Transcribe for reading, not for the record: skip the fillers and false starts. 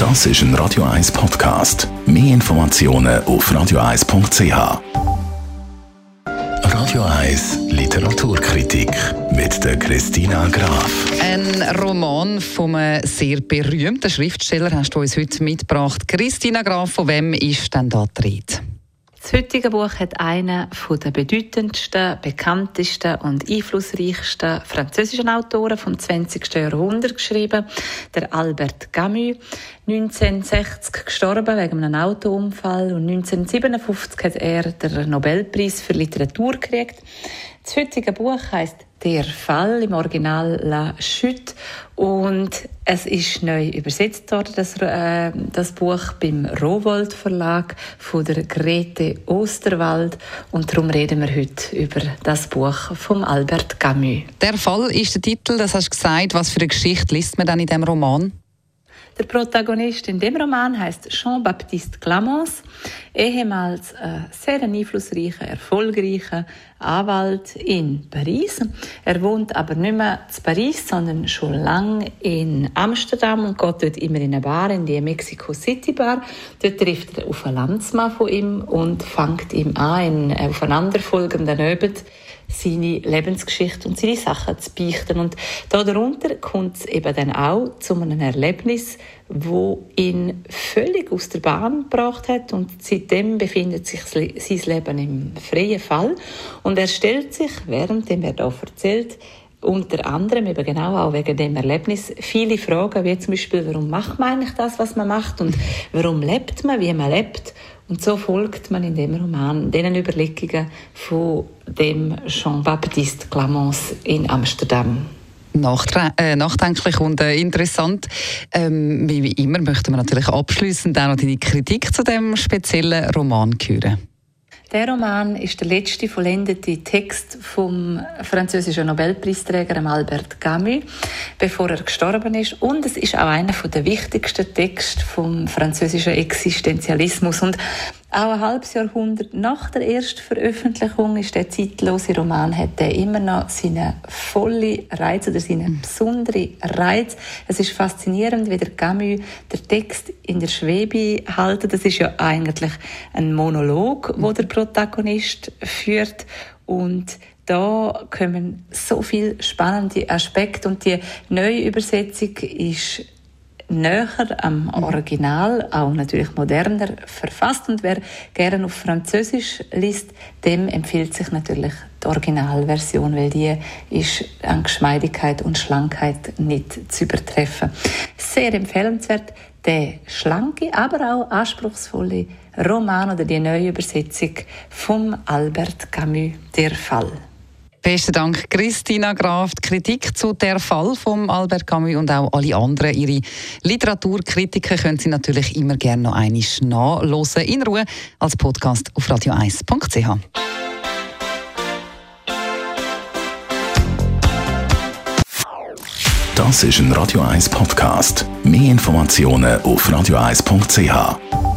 Das ist ein Radio 1 Podcast. Mehr Informationen auf radio1.ch. Radio 1 Literaturkritik mit der Christina Graf. Ein Roman von einem sehr berühmten Schriftsteller hast du uns heute mitgebracht. Christina Graf, von wem ist denn da die Rede? Das heutige Buch hat einen der bedeutendsten, bekanntesten und einflussreichsten französischen Autoren vom 20. Jahrhundert geschrieben, der Albert Camus. 1960 gestorben wegen einem Autounfall und 1957 hat er den Nobelpreis für Literatur gekriegt. Das heutige Buch heisst «Der Fall», im Original «La Chute», und es ist neu übersetzt worden, das Buch beim Rowohlt Verlag von der Grete Osterwald, und darum reden wir heute über das Buch von Albert Camus. «Der Fall» ist der Titel, das hast du gesagt. Was für eine Geschichte liest man dann in diesem Roman? Der Protagonist in dem Roman heißt Jean-Baptiste Clamence, ehemals sehr einflussreicher, erfolgreicher Anwalt in Paris. Er wohnt aber nicht mehr in Paris, sondern schon lange in Amsterdam und geht dort immer in eine Bar, in die Mexico City Bar. Dort trifft er auf einen Landsmann von ihm und fängt ihm an, in aufeinanderfolgenden Abend seine Lebensgeschichte und seine Sachen zu beichten. Und darunter kommt es eben dann auch zu einem Erlebnis, wo ihn völlig aus der Bahn gebracht hat, und seitdem befindet sich sein Leben im freien Fall. Und er stellt sich, während er da erzählt, unter anderem eben genau auch wegen dem Erlebnis viele Fragen, wie zum Beispiel, warum macht man eigentlich das, was man macht, und warum lebt man, wie man lebt. Und so folgt man in dem Roman den Überlegungen von dem Jean-Baptiste Clamence in Amsterdam. Nachdenklich und interessant. Wie immer möchten wir natürlich abschliessend auch noch deine Kritik zu dem speziellen Roman hören. Der Roman ist der letzte vollendete Text vom französischen Nobelpreisträger Albert Camus, bevor er gestorben ist. Und es ist auch einer der wichtigsten Texte vom französischen Existenzialismus. Und auch ein halbes Jahrhundert nach der ersten Veröffentlichung ist der zeitlose Roman, hat der immer noch seinen vollen Reiz oder seinen besonderen Reiz. Es ist faszinierend, wie der Camus den Text in der Schwebe hält. Das ist ja eigentlich ein Monolog, wo der Protagonist führt, und da kommen so viele spannende Aspekte, und die neue Übersetzung ist näher am Original, auch natürlich moderner verfasst, und wer gerne auf Französisch liest, dem empfiehlt sich natürlich die Originalversion, weil die ist an Geschmeidigkeit und Schlankheit nicht zu übertreffen. Sehr empfehlenswert, der schlanke, aber auch anspruchsvolle Roman oder die neue Übersetzung von Albert Camus, «Der Fall». Besten Dank, Christina Graf. Die Kritik zu «Der Fall» von Albert Camus und auch alle anderen, ihre Literaturkritiken, können Sie natürlich immer gerne noch einmal nachhören, in Ruhe als Podcast auf radio1.ch. Das ist ein Radio 1 Podcast. Mehr Informationen auf radio1.ch.